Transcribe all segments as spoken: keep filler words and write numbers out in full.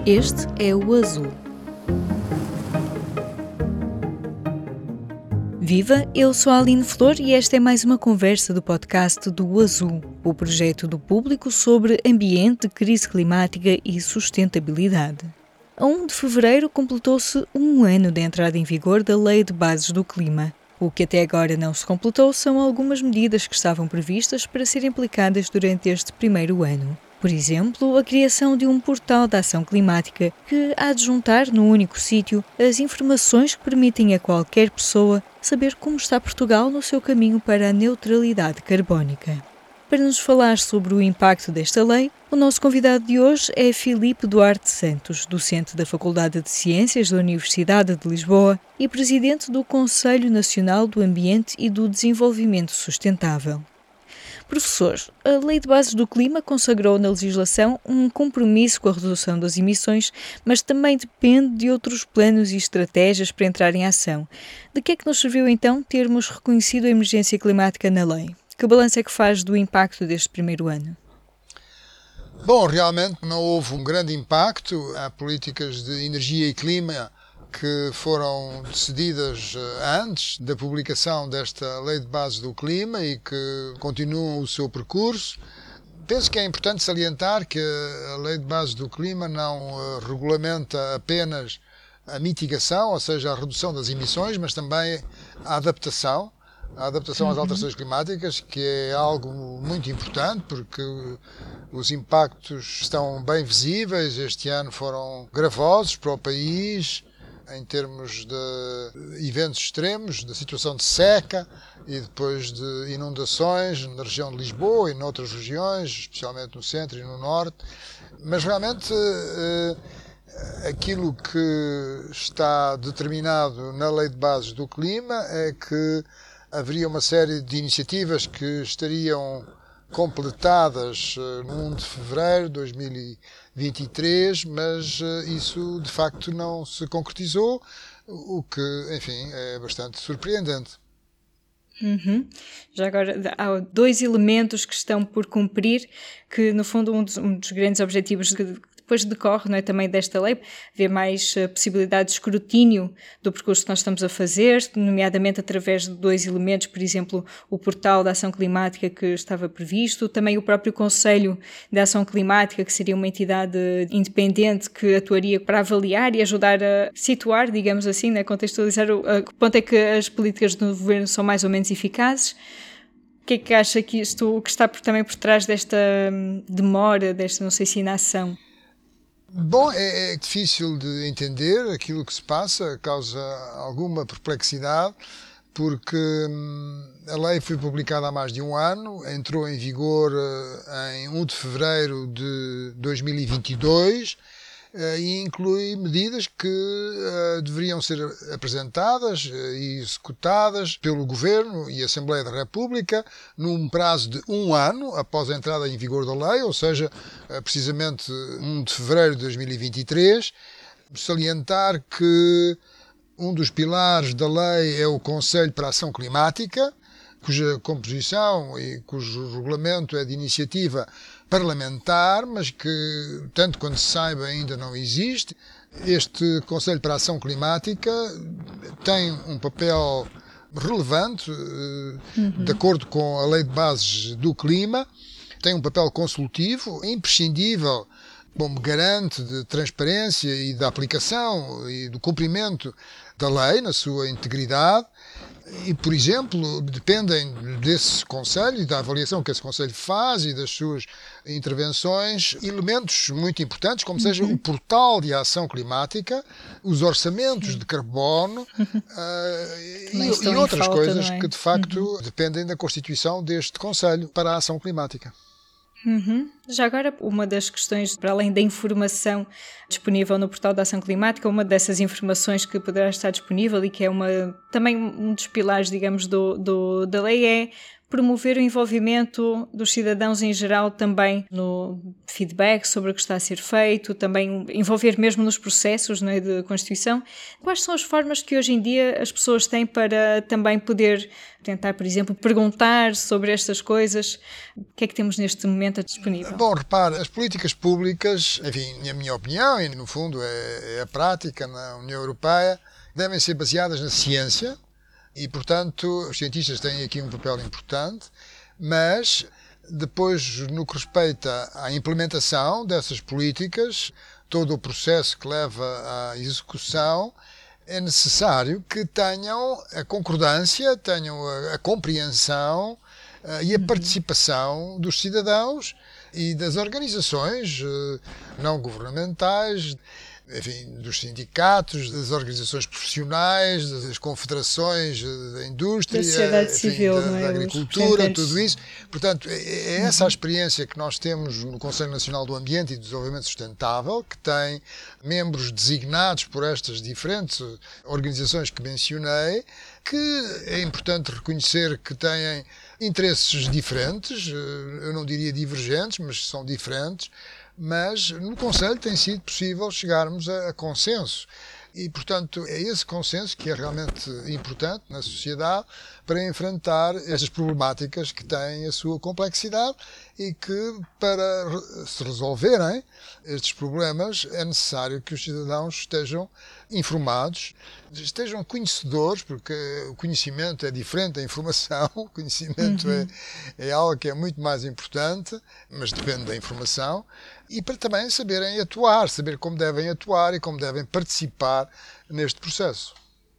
Este é o Azul. Viva, eu sou a Aline Flor e esta é mais uma conversa do podcast do Azul, o projeto do público sobre ambiente, crise climática e sustentabilidade. A primeiro de fevereiro completou-se um ano da entrada em vigor da Lei de Bases do Clima. O que até agora não se completou são algumas medidas que estavam previstas para serem aplicadas durante este primeiro ano. Por exemplo, a criação de um portal de ação climática que há de juntar num único sítio as informações que permitem a qualquer pessoa saber como está Portugal no seu caminho para a neutralidade carbónica. Para nos falar sobre o impacto desta lei, o nosso convidado de hoje é Filipe Duarte Santos, docente da Faculdade de Ciências da Universidade de Lisboa e presidente do Conselho Nacional do Ambiente e do Desenvolvimento Sustentável. Professor, a Lei de Bases do Clima consagrou na legislação um compromisso com a redução das emissões, mas também depende de outros planos e estratégias para entrar em ação. De que é que nos serviu então termos reconhecido a emergência climática na lei? Que balanço é que faz do impacto deste primeiro ano? Bom, realmente não houve um grande impacto. Há políticas de energia e clima que foram decididas antes da publicação desta Lei de Bases do Clima e que continuam o seu percurso. Penso que é importante salientar que a Lei de Bases do Clima não regulamenta apenas a mitigação, ou seja, a redução das emissões, mas também a adaptação, a adaptação às alterações climáticas, que é algo muito importante porque os impactos estão bem visíveis. Este ano foram gravosos para o país, em termos de eventos extremos, da situação de seca e depois de inundações na região de Lisboa e noutras regiões, especialmente no centro e no norte. Mas realmente aquilo que está determinado na Lei de Bases do Clima é que haveria uma série de iniciativas que estariam completadas no primeiro de fevereiro de dois mil e vinte e três, mas isso de facto não se concretizou, o que, enfim, é bastante surpreendente. Uhum. Já agora, há dois elementos que estão por cumprir, que no fundo um dos, um dos grandes objetivos que depois decorre, não é, também desta lei, haver mais uh, possibilidade de escrutínio do percurso que nós estamos a fazer, nomeadamente através de dois elementos, por exemplo, o portal da ação climática que estava previsto, também o próprio Conselho de Ação Climática, que seria uma entidade independente que atuaria para avaliar e ajudar a situar, digamos assim, né, contextualizar o a que ponto é que as políticas do governo são mais ou menos eficazes. O que é que acha que isto, o que está por, também por trás desta demora, desta, não sei se, inação? Bom, é, é difícil de entender aquilo que se passa, causa alguma perplexidade, porque hum, a lei foi publicada há mais de um ano, entrou em vigor uh, em primeiro de fevereiro de dois mil e vinte e dois uh, e inclui medidas que uh, deveriam ser apresentadas uh, e executadas pelo Governo e Assembleia da República num prazo de um ano após a entrada em vigor da lei, ou seja, uh, precisamente primeiro de fevereiro de dois mil e vinte e três. Salientar que um dos pilares da lei é o Conselho para a Ação Climática, cuja composição e cujo regulamento é de iniciativa parlamentar, mas que, tanto quanto se saiba, ainda não existe. Este Conselho para a Ação Climática tem um papel relevante, uhum. de acordo com a Lei de Bases do Clima, tem um papel consultivo, imprescindível, como garante de transparência e da aplicação e do cumprimento da lei na sua integridade. E, por exemplo, dependem desse Conselho e da avaliação que esse Conselho faz e das suas intervenções, elementos muito importantes, como seja uhum. o portal de ação climática, os orçamentos Sim. de carbono uh, e, e outras falta, coisas é? que, de facto, uhum. dependem da constituição deste Conselho para a Ação Climática. Uhum. Já agora, uma das questões, para além da informação disponível no portal da Ação Climática, uma dessas informações que poderá estar disponível e que é uma, também um dos pilares, digamos, do, do, da lei é promover o envolvimento dos cidadãos em geral também no feedback sobre o que está a ser feito, também envolver mesmo nos processos, não é, de Constituição. Quais são as formas que hoje em dia as pessoas têm para também poder tentar, por exemplo, perguntar sobre estas coisas? O que é que temos neste momento disponível? Bom, repare, as políticas públicas, enfim, na minha opinião, e no fundo é, é a prática na União Europeia, devem ser baseadas na ciência e, portanto, os cientistas têm aqui um papel importante, mas depois, no que respeita à implementação dessas políticas, todo o processo que leva à execução, é necessário que tenham a concordância, tenham a, a compreensão uh, e a participação dos cidadãos e das organizações uh, não governamentais, enfim, dos sindicatos, das organizações profissionais, das confederações da indústria, da sociedade enfim, civil, da, não é? da agricultura, tudo isso. Portanto, é essa a experiência que nós temos no Conselho Nacional do Ambiente e do Desenvolvimento Sustentável, que tem membros designados por estas diferentes organizações que mencionei, que é importante reconhecer que têm interesses diferentes, eu não diria divergentes, mas são diferentes, mas no Conselho tem sido possível chegarmos a, a consenso. E, portanto, é esse consenso que é realmente importante na sociedade para enfrentar estas problemáticas que têm a sua complexidade e que, para se resolverem estes problemas, é necessário que os cidadãos estejam informados, estejam conhecedores, porque o conhecimento é diferente da informação, o conhecimento uhum. é, é algo que é muito mais importante, mas depende da informação, e para também saberem atuar, saber como devem atuar e como devem participar neste processo.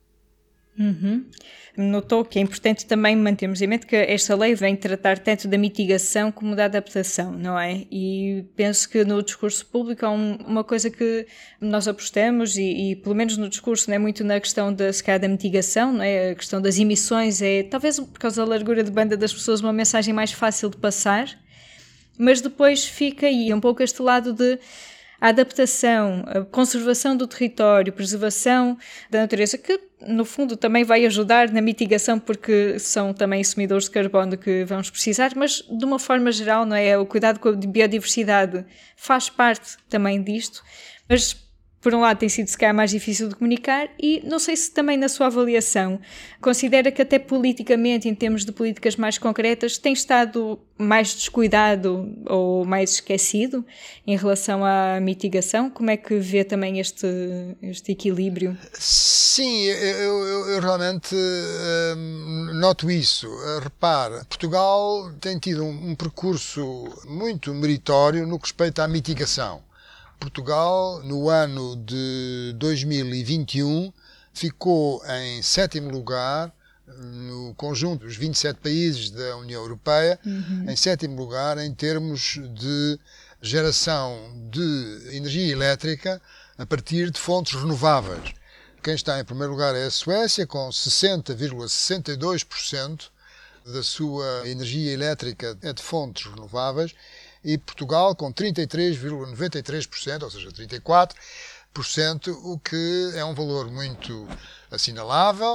Uhum. Notou que é importante também mantermos em mente que esta lei vem tratar tanto da mitigação como da adaptação, não é? E penso que no discurso público há um, uma coisa que nós apostamos e, e pelo menos no discurso não é muito na questão da, se calhar, da mitigação, não é? A questão das emissões é talvez por causa da largura de banda das pessoas uma mensagem mais fácil de passar, mas depois fica aí um pouco este lado de a adaptação, a conservação do território, preservação da natureza, que no fundo também vai ajudar na mitigação porque são também assumidores de carbono que vamos precisar, mas de uma forma geral, não é? O cuidado com a biodiversidade faz parte também disto, mas por um lado tem sido se calhar mais difícil de comunicar e não sei se também na sua avaliação considera que até politicamente, em termos de políticas mais concretas, tem estado mais descuidado ou mais esquecido em relação à mitigação? Como é que vê também este, este equilíbrio? Sim, eu, eu, eu realmente hum, noto isso. Repare, Portugal tem tido um, um percurso muito meritório no que respeita à mitigação. Portugal, no ano de dois mil e vinte e um, ficou em sétimo lugar no conjunto dos vinte e sete países da União Europeia, uhum. em sétimo lugar em termos de geração de energia elétrica a partir de fontes renováveis. Quem está em primeiro lugar é a Suécia, com sessenta vírgula sessenta e dois por cento da sua energia elétrica é de fontes renováveis, e Portugal com trinta e três vírgula noventa e três por cento, ou seja, trinta e quatro por cento, o que é um valor muito assinalável, uhum.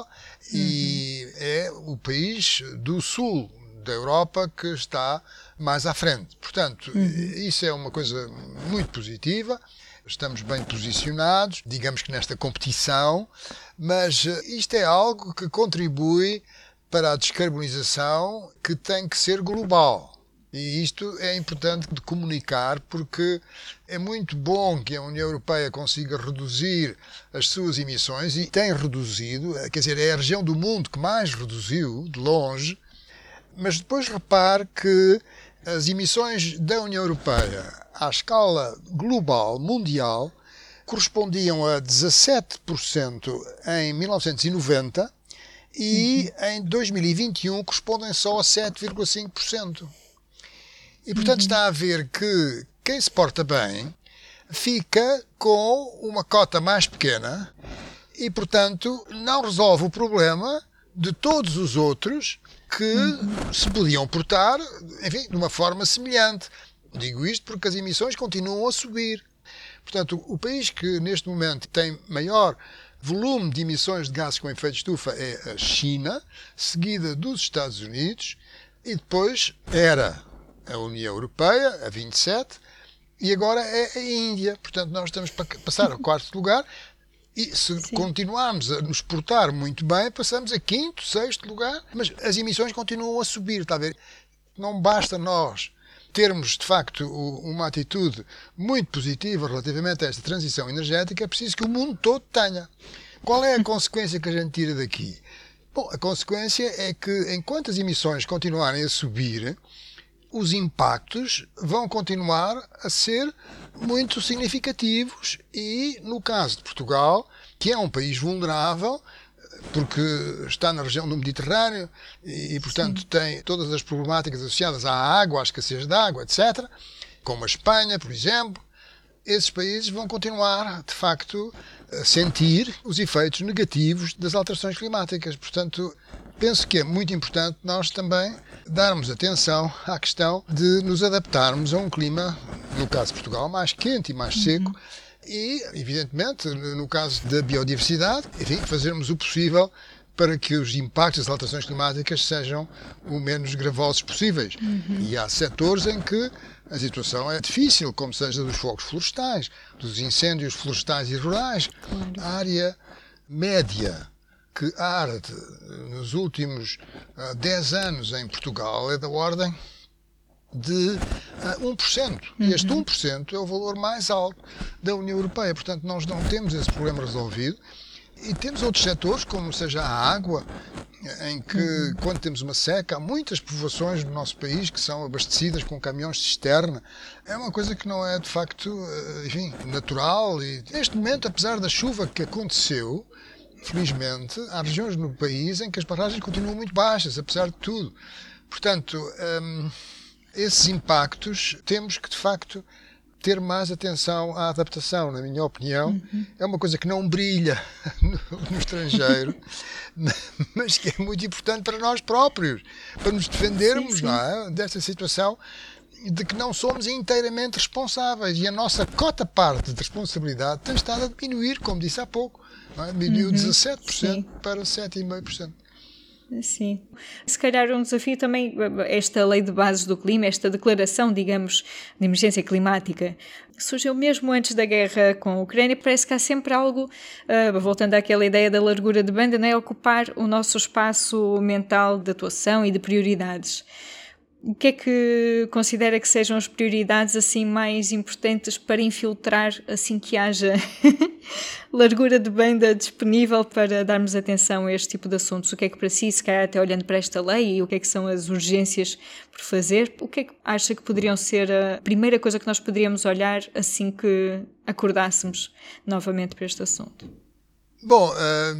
e é o país do sul da Europa que está mais à frente. Portanto, uhum. isso é uma coisa muito positiva, estamos bem posicionados, digamos que nesta competição, mas isto é algo que contribui para a descarbonização que tem que ser global. E isto é importante de comunicar porque é muito bom que a União Europeia consiga reduzir as suas emissões e tem reduzido, quer dizer, é a região do mundo que mais reduziu, de longe, mas depois repare que as emissões da União Europeia à escala global, mundial, correspondiam a dezassete por cento em mil novecentos e noventa e uhum. em dois mil e vinte e um correspondem só a sete vírgula cinco por cento. E, portanto, está a ver que quem se porta bem fica com uma cota mais pequena e, portanto, não resolve o problema de todos os outros que se podiam portar, enfim, de uma forma semelhante. Digo isto porque as emissões continuam a subir. Portanto, o país que neste momento tem maior volume de emissões de gases com efeito de estufa é a China, seguida dos Estados Unidos, e depois era a União Europeia, a vinte e sete, e agora é a Índia. Portanto, nós estamos para passar ao quarto lugar e se Sim. continuarmos a nos portar muito bem, passamos a quinto, sexto lugar, mas as emissões continuam a subir, está a ver? Não basta nós termos, de facto, uma atitude muito positiva relativamente a esta transição energética, é preciso que o mundo todo tenha. Qual é a consequência que a gente tira daqui? Bom, a consequência é que, enquanto as emissões continuarem a subir, os impactos vão continuar a ser muito significativos e, no caso de Portugal, que é um país vulnerável, porque está na região do Mediterrâneo e, e portanto, Sim. tem todas as problemáticas associadas à água, à escassez de água, etcétera, como a Espanha, por exemplo, esses países vão continuar, de facto, a sentir os efeitos negativos das alterações climáticas. Portanto, penso que é muito importante nós também darmos atenção à questão de nos adaptarmos a um clima, no caso de Portugal, mais quente e mais seco, uhum. e, evidentemente, no caso da biodiversidade, enfim, fazermos o possível para que os impactos das alterações climáticas sejam o menos gravosos possíveis. Uhum. E há setores em que a situação é difícil, como seja dos fogos florestais, dos incêndios florestais e rurais. Claro. A área média que arde nos últimos uh, dez anos em Portugal é da ordem de uh, um por cento. Uhum. E este um por cento é o valor mais alto da União Europeia. Portanto, nós não temos esse problema resolvido. E temos outros setores, como seja a água, em que, uhum. quando temos uma seca, há muitas povoações no nosso país que são abastecidas com caminhões de cisterna. É uma coisa que não é, de facto, enfim, natural. E neste momento, apesar da chuva que aconteceu, felizmente, há regiões no país em que as barragens continuam muito baixas, apesar de tudo. Portanto, hum, esses impactos temos que, de facto, ter mais atenção à adaptação, na minha opinião. Uhum. É uma coisa que não brilha no, no estrangeiro, mas que é muito importante para nós próprios, para nos defendermos sim, sim. Não é, desta situação de que não somos inteiramente responsáveis. E a nossa cota-parte de responsabilidade tem estado a diminuir, como disse há pouco. Não é? Diminuiu uhum. dezassete por cento sim. para sete vírgula cinco por cento. Sim. Se calhar um desafio também, esta lei de bases do clima, esta declaração, digamos, de emergência climática, surgiu mesmo antes da guerra com a Ucrânia. Parece que há sempre algo, uh, voltando àquela ideia da largura de banda, não é? Ocupar o nosso espaço mental de atuação e de prioridades. O que é que considera que sejam as prioridades assim mais importantes para infiltrar assim que haja largura de banda disponível para darmos atenção a este tipo de assuntos? O que é que para si, se calhar até olhando para esta lei, e o que é que são as urgências por fazer, o que é que acha que poderiam ser a primeira coisa que nós poderíamos olhar assim que acordássemos novamente para este assunto? Bom,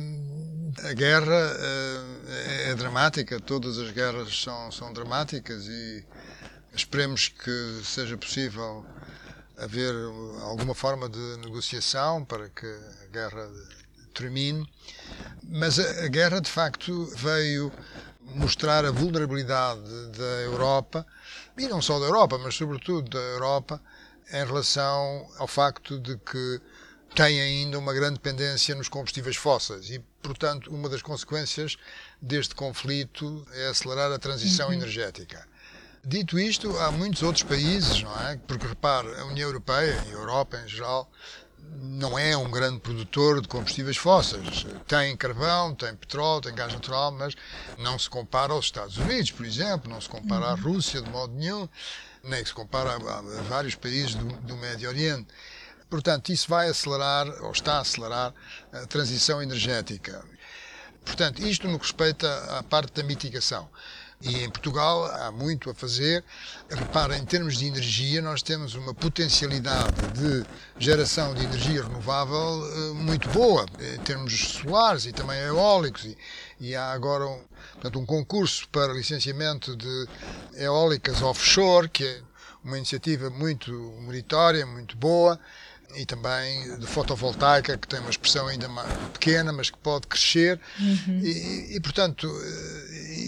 uh, a guerra uh, é dramática, todas as guerras são, são dramáticas e esperemos que seja possível haver alguma forma de negociação para que a guerra termine, mas a, a guerra de facto veio mostrar a vulnerabilidade da Europa, e não só da Europa, mas sobretudo da Europa, em relação ao facto de que tem ainda uma grande dependência nos combustíveis fósseis e, portanto, uma das consequências deste conflito é acelerar a transição uhum. energética. Dito isto, há muitos outros países, não é? Porque, repare, a União Europeia e a Europa em geral não é um grande produtor de combustíveis fósseis. Tem carvão, tem petróleo, tem gás natural, mas não se compara aos Estados Unidos, por exemplo, não se compara uhum. à Rússia de modo nenhum, nem se compara a, a vários países do, do Médio Oriente. Portanto, isso vai acelerar, ou está a acelerar, a transição energética. Portanto, isto no que respeita à parte da mitigação. E em Portugal há muito a fazer. Repara, em termos de energia, nós temos uma potencialidade de geração de energia renovável muito boa, em termos solares e também eólicos. E, e há agora um, portanto, um concurso para licenciamento de eólicas offshore, que é uma iniciativa muito meritória, muito boa, e também de fotovoltaica, que tem uma expressão ainda mais pequena, mas que pode crescer. Uhum. E, e, portanto,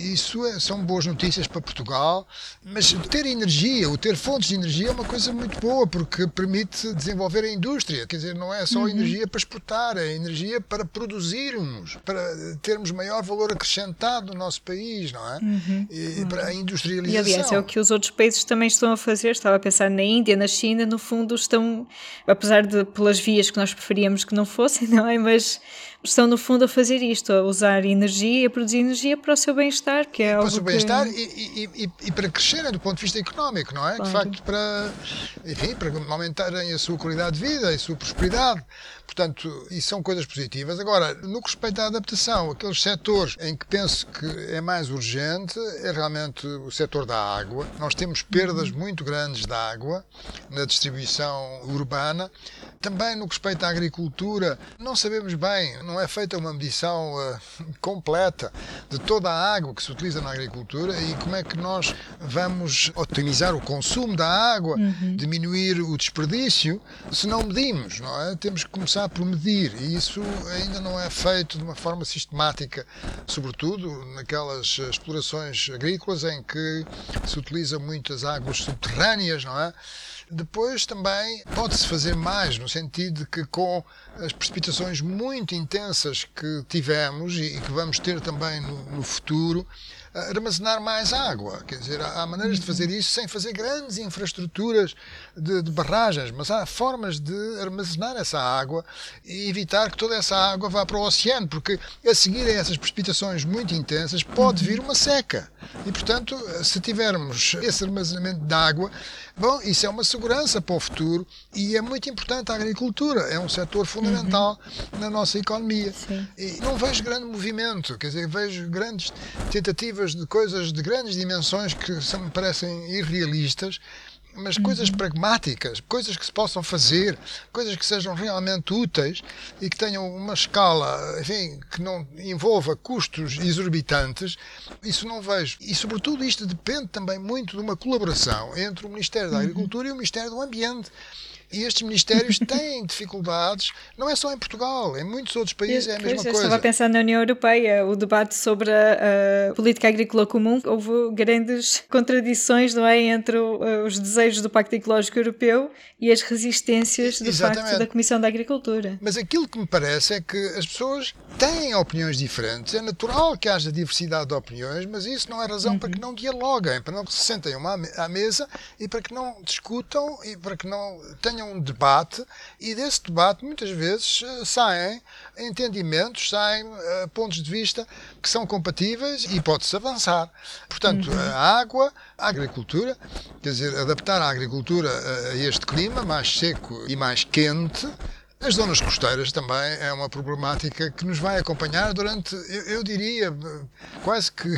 isso é, são boas notícias para Portugal, mas ter energia, o ter fontes de energia é uma coisa muito boa, porque permite desenvolver a indústria, quer dizer, não é só uhum. energia para exportar, é energia para produzirmos, para termos maior valor acrescentado no nosso país, não é? Uhum. E, para a industrialização. E aliás, é o que os outros países também estão a fazer. Estava a pensar na Índia, na China, no fundo estão, apesar de pelas vias que nós preferíamos que não fossem, não é? Mas estão no fundo a fazer isto, a usar energia, a produzir energia para o seu bem-estar, que é para algo o seu bem-estar que... e, e, e, e para crescerem do ponto de vista económico, não é? Claro. De facto, para, enfim, para aumentarem a sua qualidade de vida e a sua prosperidade. Portanto, isso são coisas positivas. Agora, no que respeita à adaptação, aqueles setores em que penso que é mais urgente é realmente o setor da água. Nós temos perdas muito grandes de água na distribuição urbana. Também no que respeita à agricultura, não sabemos bem, não é feita uma medição uh, completa de toda a água que se utiliza na agricultura e como é que nós vamos otimizar o consumo da água, uhum. diminuir o desperdício, se não medimos, não é? Temos que começar por medir e isso ainda não é feito de uma forma sistemática, sobretudo naquelas explorações agrícolas em que se utiliza muitas águas subterrâneas, não é? Depois também pode-se fazer mais, no sentido de que com as precipitações muito intensas que tivemos e que vamos ter também no, no futuro, armazenar mais água. Quer dizer, há maneiras de fazer isso sem fazer grandes infraestruturas de, de barragens, mas há formas de armazenar essa água e evitar que toda essa água vá para o oceano, porque a seguir a essas precipitações muito intensas pode vir uma seca. E, portanto, se tivermos esse armazenamento de água, bom, isso é uma segurança para o futuro e é muito importante a agricultura, é um setor fundamental uhum. na nossa economia. Sim. E não vejo grande movimento, quer dizer, vejo grandes tentativas de coisas de grandes dimensões que me parecem irrealistas, mas uhum. coisas pragmáticas, coisas que se possam fazer, coisas que sejam realmente úteis e que tenham uma escala, enfim, que não envolva custos exorbitantes, isso não vejo. E, sobretudo, isto depende também muito de uma colaboração entre o Ministério da Agricultura uhum. e o Ministério do Ambiente. E estes ministérios têm dificuldades, não é só em Portugal, em muitos outros países é a mesma coisa. Eu estava a pensar na União Europeia, o debate sobre a, a política agrícola comum, houve grandes contradições, não é, entre o, os desejos do Pacto Ecológico Europeu e as resistências, de facto, da Comissão da Agricultura. Mas aquilo que me parece é que as pessoas têm opiniões diferentes, é natural que haja diversidade de opiniões, mas isso não é razão uhum. para que não dialoguem, para não se sentem uma, à mesa e para que não discutam e para que não tenham um debate, e desse debate muitas vezes saem entendimentos, saem uh, pontos de vista que são compatíveis e pode-se avançar. Portanto, uhum. a água, a agricultura, quer dizer, adaptar a agricultura a, a este clima mais seco e mais quente. As zonas costeiras também é uma problemática que nos vai acompanhar durante, eu, eu diria, quase que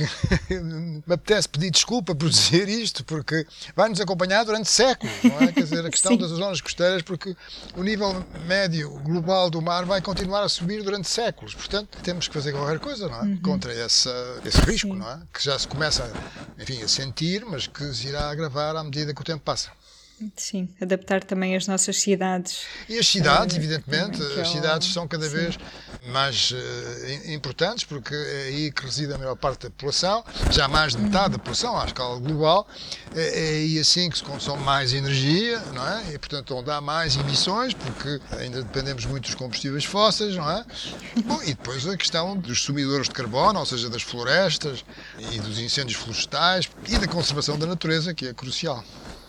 me apetece pedir desculpa por dizer isto, porque vai-nos acompanhar durante séculos, não é? Quer dizer, a questão das zonas costeiras, porque o nível médio global do mar vai continuar a subir durante séculos, portanto, temos que fazer qualquer coisa, não é? Uhum. Contra essa, esse risco, Sim. não é? Que já se começa, enfim, a sentir, mas que se irá agravar à medida que o tempo passa. Sim, adaptar também as nossas cidades. E as cidades, uh, evidentemente, também, as cidades é o... são cada Sim. vez mais uh, importantes, porque é aí que reside a maior parte da população, já mais de metade uhum. da população à escala global, é, é aí assim que se consome mais energia, não é? E, portanto, onde há mais emissões, porque ainda dependemos muito dos combustíveis fósseis, não é? Bom, e depois a questão dos sumidores de carbono, ou seja, das florestas e dos incêndios florestais e da conservação da natureza, que é crucial.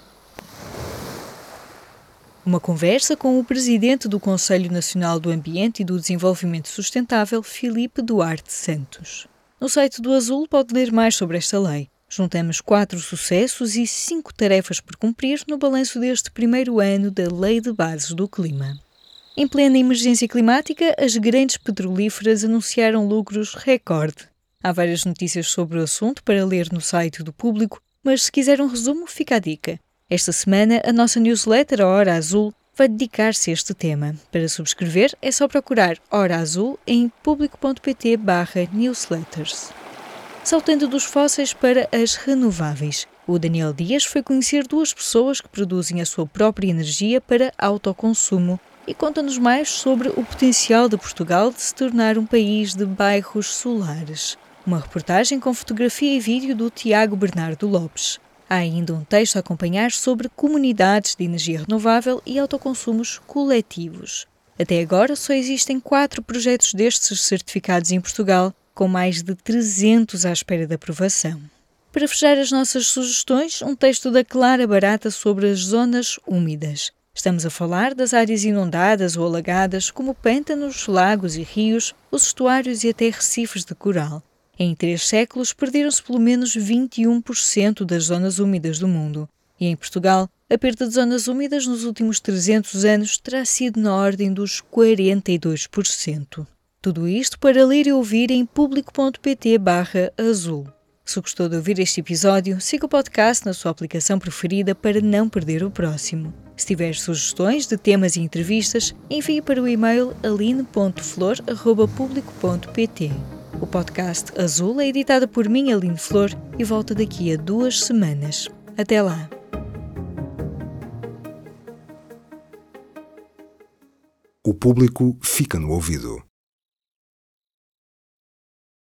Uma conversa com o presidente do Conselho Nacional do Ambiente e do Desenvolvimento Sustentável, Filipe Duarte Santos. No site do Azul pode ler mais sobre esta lei. Juntamos quatro sucessos e cinco tarefas por cumprir no balanço deste primeiro ano da Lei de Bases do Clima. Em plena emergência climática, as grandes petrolíferas anunciaram lucros recorde. Há várias notícias sobre o assunto para ler no site do Público, mas se quiser um resumo, fica a dica. Esta semana, a nossa newsletter, a Hora Azul, vai dedicar-se a este tema. Para subscrever, é só procurar Hora Azul em público.pt barra newsletters. Saltando dos fósseis para as renováveis, o Daniel Dias foi conhecer duas pessoas que produzem a sua própria energia para autoconsumo e conta-nos mais sobre o potencial de Portugal de se tornar um país de bairros solares. Uma reportagem com fotografia e vídeo do Tiago Bernardo Lopes. Há ainda um texto a acompanhar sobre comunidades de energia renovável e autoconsumos coletivos. Até agora só existem quatro projetos destes certificados em Portugal, com mais de trezentos à espera de aprovação. Para fechar as nossas sugestões, um texto da Clara Barata sobre as zonas úmidas. Estamos a falar das áreas inundadas ou alagadas, como pântanos, lagos e rios, os estuários e até recifes de coral. Em três séculos, perderam-se pelo menos vinte e um por cento das zonas úmidas do mundo. E em Portugal, a perda de zonas úmidas nos últimos trezentos anos terá sido na ordem dos quarenta e dois por cento. Tudo isto para ler e ouvir em público.pt barra azul. Se gostou de ouvir este episódio, siga o podcast na sua aplicação preferida para não perder o próximo. Se tiver sugestões de temas e entrevistas, envie para o e-mail aline ponto flor arroba público ponto pt. O podcast Azul é editado por mim, Aline Flor, e volta daqui a duas semanas. Até lá! O público fica no ouvido.